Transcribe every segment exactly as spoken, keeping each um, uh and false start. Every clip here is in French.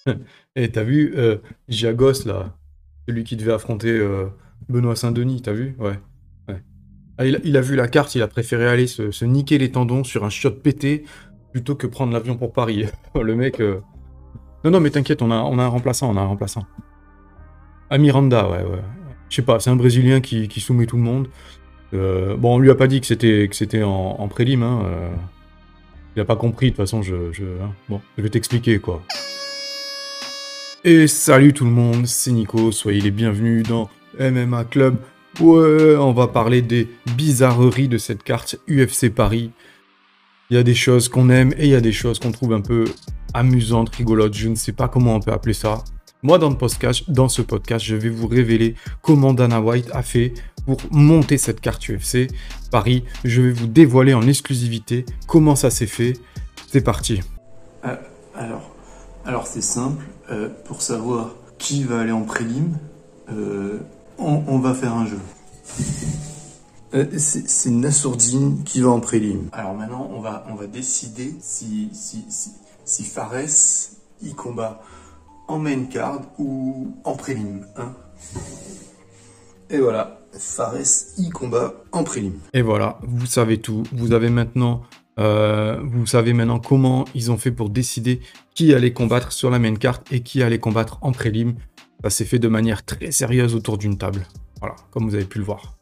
Et t'as vu euh, Giagos, là, celui qui devait affronter euh, Benoît Saint-Denis, t'as vu? Ouais. Ouais. Ah, il, a il a vu la carte, il a préféré aller se, se niquer les tendons sur un shot pété plutôt que prendre l'avion pour Paris. Le mec... euh, Non, non, mais t'inquiète, on a, on a un remplaçant, on a un remplaçant. Ah, Miranda, ouais, ouais. Je sais pas, c'est un Brésilien qui, qui soumet tout le monde. Euh, bon, on lui a pas dit que c'était que c'était en, en prélim, hein. euh, il a pas compris, de toute façon, je... je hein. Bon, je vais t'expliquer, quoi. Et salut tout le monde, c'est Nico, soyez les bienvenus dans M M A Club. Ouais, on va parler des bizarreries de cette carte U F C Paris. Il y a des choses qu'on aime et il y a des choses qu'on trouve un peu amusantes, rigolotes, je ne sais pas comment on peut appeler ça. Moi, dans, le podcast, dans ce podcast, je vais vous révéler comment Dana White a fait pour monter cette carte U F C Paris. Je vais vous dévoiler en exclusivité comment ça s'est fait. C'est parti. Euh, alors, alors c'est simple. Euh, pour savoir qui va aller en prélim, euh, on, on va faire un jeu. Euh, c'est c'est Nassourdine qui va en prélim. Alors maintenant, on va, on va décider si, si, si, si Fares il combat en main card ou en prélim. Hein. Et voilà, Fares il combat en prélim. Et voilà, vous savez tout. Vous avez maintenant, euh, vous savez maintenant comment ils ont fait pour décider qui allait combattre sur la main carte et qui allait combattre en prélim. Ça s'est fait de manière très sérieuse autour d'une table. Voilà, comme vous avez pu le voir.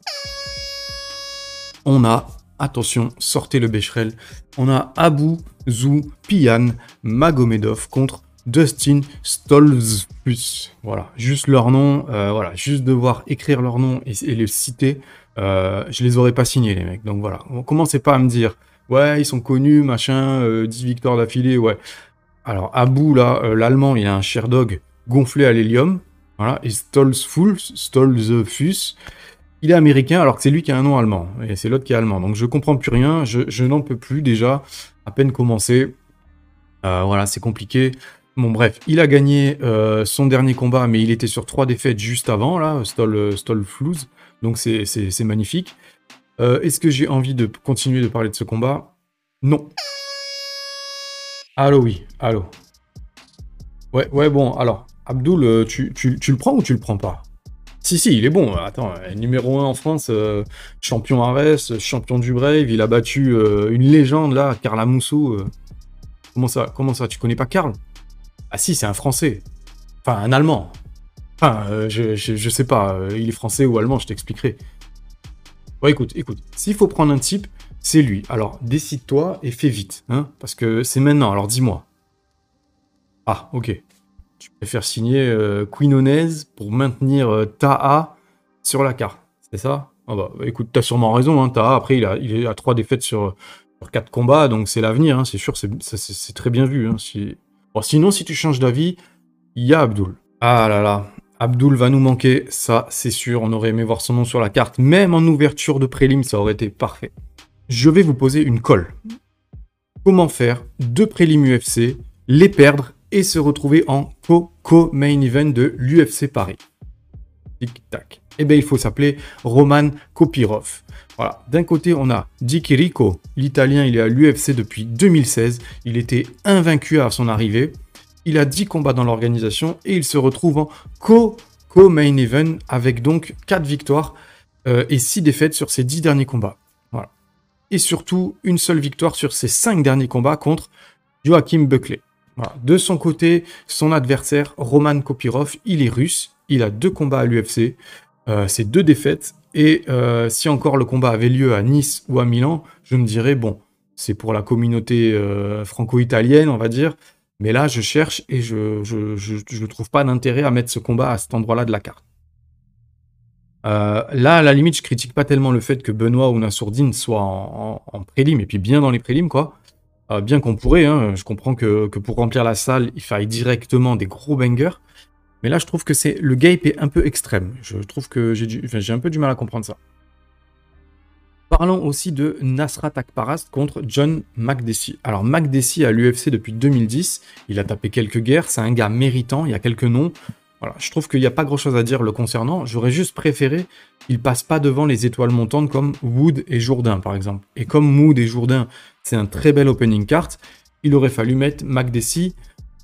On a, attention, sortez le Becherel, on a Abou Zou Pian Magomedov contre Dustin Stoltzfus. Voilà, juste leur nom, euh, voilà, juste devoir écrire leur nom et, et le citer, euh, je les aurais pas signés les mecs. Donc voilà, on commencez pas à me dire, ouais, ils sont connus, machin, euh, dix victoires d'affilée, ouais. Alors Abou, là, euh, l'allemand, il a un Sherdog gonflé à l'hélium, voilà, et Stoltzfus, Stoltzfus, il est américain alors que c'est lui qui a un nom allemand, et c'est l'autre qui est allemand. Donc je comprends plus rien, je, je n'en peux plus déjà, à peine commencé. Euh, voilà, c'est compliqué. Bon bref, il a gagné euh, son dernier combat, mais il était sur trois défaites juste avant, là, Stol, Stolfluz, donc c'est, c'est, c'est magnifique. Euh, est-ce que j'ai envie de continuer de parler de ce combat? Non. Allô, oui, allô. Ouais, ouais, bon, alors, Abdul, euh, tu, tu, tu le prends ou tu le prends pas? Si, si, il est bon. Attends, euh, numéro un en France, euh, champion Ares, champion du Brave, il a battu euh, une légende, là, Karl Amoussou. euh. Comment ça, comment ça, tu connais pas Karl? Ah si, c'est un Français. Enfin, un Allemand. Enfin, euh, je, je, je sais pas, euh, il est français ou allemand, je t'expliquerai. Bon, écoute, écoute, s'il faut prendre un type, c'est lui. Alors, décide-toi et fais vite, hein, parce que c'est maintenant, alors dis-moi. Ah, ok. Tu préfères signer euh, Quinones pour maintenir euh, Taha sur la carte. C'est ça? Ah bah, bah, écoute, t'as sûrement raison. Hein, Taha, après, il a, il est à trois défaites sur, sur quatre combats, donc c'est l'avenir. Hein, c'est sûr, c'est, c'est, c'est très bien vu. Hein, si... bon, sinon, si tu changes d'avis, il y a Abdul. Ah là là, Abdul va nous manquer, ça c'est sûr. On aurait aimé voir son nom sur la carte. Même en ouverture de prélim, ça aurait été parfait. Je vais vous poser une colle. Comment faire deux prélims U F C, les perdre et se retrouver en co-co-main event de l'U F C Paris. Tic-tac. Eh bien, il faut s'appeler Roman Kopirov. Voilà. D'un côté, on a Dicky Rico. L'Italien, il est à l'U F C depuis deux mille seize. Il était invaincu à son arrivée. Il a dix combats dans l'organisation et il se retrouve en co-co-main event avec donc quatre victoires euh, et six défaites sur ses dix derniers combats. Voilà. Et surtout, une seule victoire sur ses cinq derniers combats contre Joachim Buckley. Voilà. De son côté, son adversaire, Roman Kopirov, il est russe, il a deux combats à l'U F C, euh, c'est deux défaites, et euh, si encore le combat avait lieu à Nice ou à Milan, je me dirais, bon, c'est pour la communauté euh, franco-italienne, on va dire, mais là, je cherche et je ne je, je, je trouve pas d'intérêt à mettre ce combat à cet endroit-là de la carte. Euh, là, à la limite, je critique pas tellement le fait que Benoît ou Nassourdine soient en, en, en prélim, et puis bien dans les prélims, quoi. Euh, bien qu'on pourrait, hein, je comprends que, que pour remplir la salle, il faille directement des gros bangers. Mais là, je trouve que c'est le gape est un peu extrême. Je trouve que j'ai, du, enfin, j'ai un peu du mal à comprendre ça. Parlons aussi de Nasrat Akparast contre John Makdessi. Alors, Makdessi à l'U F C depuis deux mille dix. Il a tapé quelques guerres. C'est un gars méritant. Il y a quelques noms. Voilà, je trouve qu'il n'y a pas grand-chose à dire le concernant. J'aurais juste préféré qu'il passe pas devant les étoiles montantes comme Wood et Jourdain, par exemple. Et comme Wood et Jourdain, c'est un très bel opening card, il aurait fallu mettre Makdessi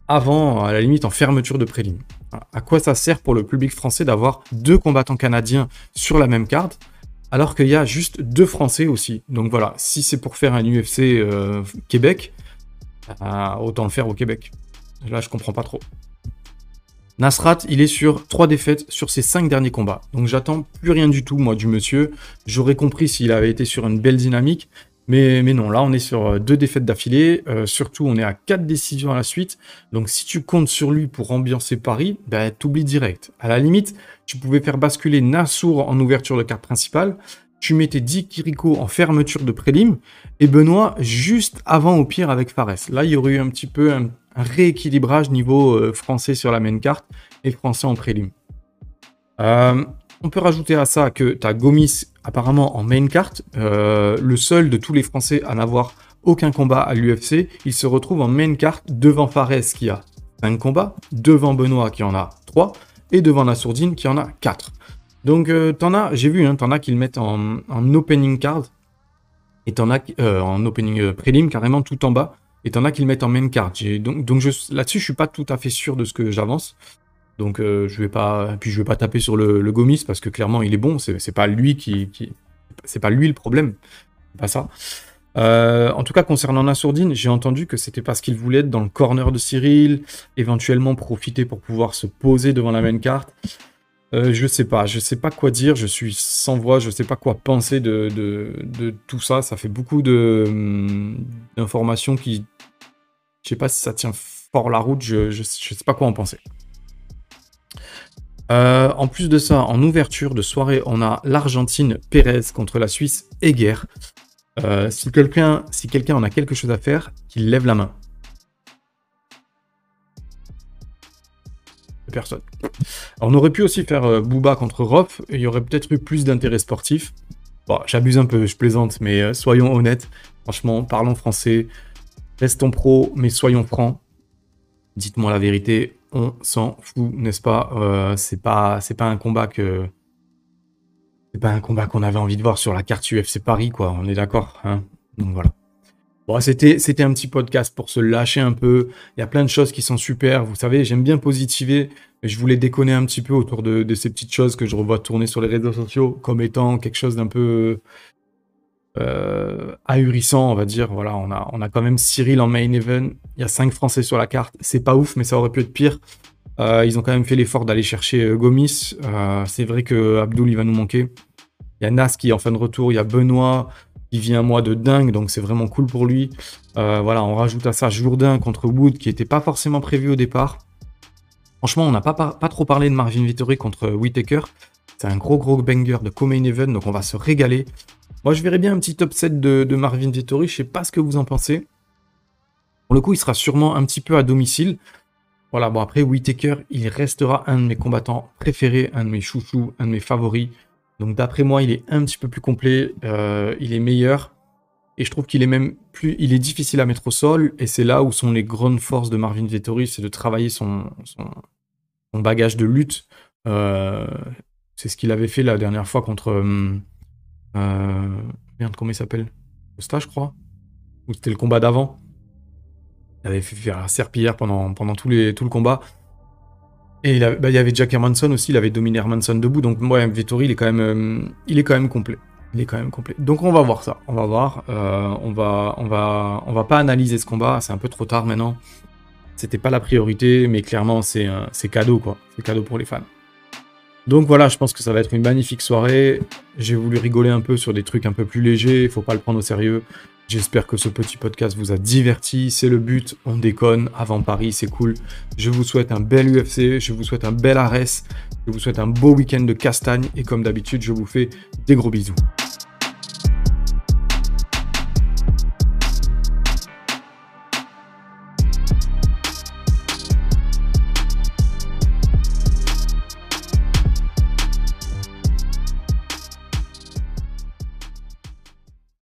avant, à la limite, en fermeture de prélim. À quoi ça sert pour le public français d'avoir deux combattants canadiens sur la même carte, alors qu'il y a juste deux Français aussi. Donc voilà, si c'est pour faire un U F C euh, Québec, euh, autant le faire au Québec. Là, je comprends pas trop. Nasrat, il est sur trois défaites sur ses cinq derniers combats. Donc j'attends plus rien du tout, moi, du monsieur. J'aurais compris s'il avait été sur une belle dynamique. Mais, mais non, là, on est sur deux défaites d'affilée. Euh, surtout, on est à quatre décisions à la suite. Donc, si tu comptes sur lui pour ambiancer Paris, ben, t'oublies direct. À la limite, tu pouvais faire basculer Nassour en ouverture de carte principale. Tu mettais Di Chirico en fermeture de prélim. Et Benoît juste avant, au pire, avec Fares. Là, il y aurait eu un petit peu un, un rééquilibrage niveau euh, français sur la main carte et français en prélim. Euh... On peut rajouter à ça que tu as Gomis apparemment en main carte, euh, le seul de tous les Français à n'avoir aucun combat à l'U F C. Il se retrouve en main carte devant Fares qui a cinq combats, devant Benoît qui en a trois et devant Nassourdine qui en a quatre. Donc euh, t'en as, j'ai vu, hein, t'en as qui le mettent en, en opening card et t'en as euh, en opening euh, prélim carrément tout en bas et t'en as qui le mettent en main card. Donc, donc je, là-dessus je suis pas tout à fait sûr de ce que j'avance. Donc euh, je vais pas, puis je vais pas taper sur le, le Gomis parce que clairement il est bon. C'est, c'est pas lui qui, qui, c'est pas lui le problème, c'est pas ça. Euh, en tout cas concernant Nassourdine, j'ai entendu que c'était parce qu'il voulait être dans le corner de Cyril, éventuellement profiter pour pouvoir se poser devant la main carte. Euh, je sais pas, je sais pas quoi dire. Je suis sans voix, je sais pas quoi penser de, de, de tout ça. Ça fait beaucoup de hum, d'informations qui, je sais pas si ça tient fort la route. Je, je, je sais pas quoi en penser. Euh, en plus de ça, en ouverture de soirée, on a l'Argentine Pérez contre la Suisse Egger. Euh, si quelqu'un si quelqu'un en a quelque chose à faire, qu'il lève la main. Personne. Alors, on aurait pu aussi faire euh, Booba contre Roff, et il y aurait peut-être eu plus d'intérêt sportif. Bon, j'abuse un peu, je plaisante, mais euh, soyons honnêtes. Franchement, parlons français. Restons pro, mais soyons francs. Dites-moi la vérité. On s'en fout, n'est-ce pas? euh, C'est pas, c'est pas un combat que, c'est pas un combat qu'on avait envie de voir sur la carte U F C Paris, quoi. On est d'accord, hein? Donc voilà. Bon, c'était, c'était un petit podcast pour se lâcher un peu. Il y a plein de choses qui sont super. Vous savez, j'aime bien positiver. Mais je voulais déconner un petit peu autour de, de ces petites choses que je revois tourner sur les réseaux sociaux comme étant quelque chose d'un peu euh, ahurissant, on va dire. Voilà, on a, on a quand même Cyril en main event. Il y a cinq Français sur la carte. C'est pas ouf, mais ça aurait pu être pire. Euh, ils ont quand même fait l'effort d'aller chercher euh, Gomis. Euh, c'est vrai que Abdul, il va nous manquer. Il y a Nas qui est en fin de retour. Il y a Benoît qui vient un mois de dingue, donc c'est vraiment cool pour lui. Euh, voilà, on rajoute à ça Jourdain contre Wood qui n'était pas forcément prévu au départ. Franchement, on n'a pas, pas, pas trop parlé de Marvin Vettori contre Whittaker. C'est un gros gros banger de co-main event, donc on va se régaler. Moi, je verrais bien un petit top sept de, de Marvin Vettori. Je sais pas ce que vous en pensez. Pour le coup, il sera sûrement un petit peu à domicile. Voilà, bon après, Whittaker, il restera un de mes combattants préférés, un de mes chouchous, un de mes favoris. Donc d'après moi, il est un petit peu plus complet, euh, il est meilleur. Et je trouve qu'il est même plus, il est difficile à mettre au sol. Et c'est là où sont les grandes forces de Marvin Vettori, c'est de travailler son, son, son bagage de lutte. Euh, c'est ce qu'il avait fait la dernière fois contre... Euh, euh, merde, comment il s'appelle? Costa, je crois. Ou c'était le combat d'avant. Il avait fait faire la serpillière pendant, pendant tout, les, tout le combat. Et il, a, bah, il y avait Jack Hermanson aussi, il avait dominé Hermanson debout. Donc ouais, Vettori, il est quand même, euh, il est quand même complet. Il est quand même complet. Donc on va voir ça. On va voir. Euh, on va, on va, on va pas analyser ce combat. C'est un peu trop tard maintenant. C'était pas la priorité, mais clairement c'est, euh, c'est cadeau quoi. C'est cadeau pour les fans. Donc voilà, je pense que ça va être une magnifique soirée. J'ai voulu rigoler un peu sur des trucs un peu plus légers. Il faut pas le prendre au sérieux. J'espère que ce petit podcast vous a diverti, c'est le but, on déconne avant Paris, c'est cool. Je vous souhaite un bel U F C, je vous souhaite un bel Ares, je vous souhaite un beau week-end de castagne et comme d'habitude, je vous fais des gros bisous.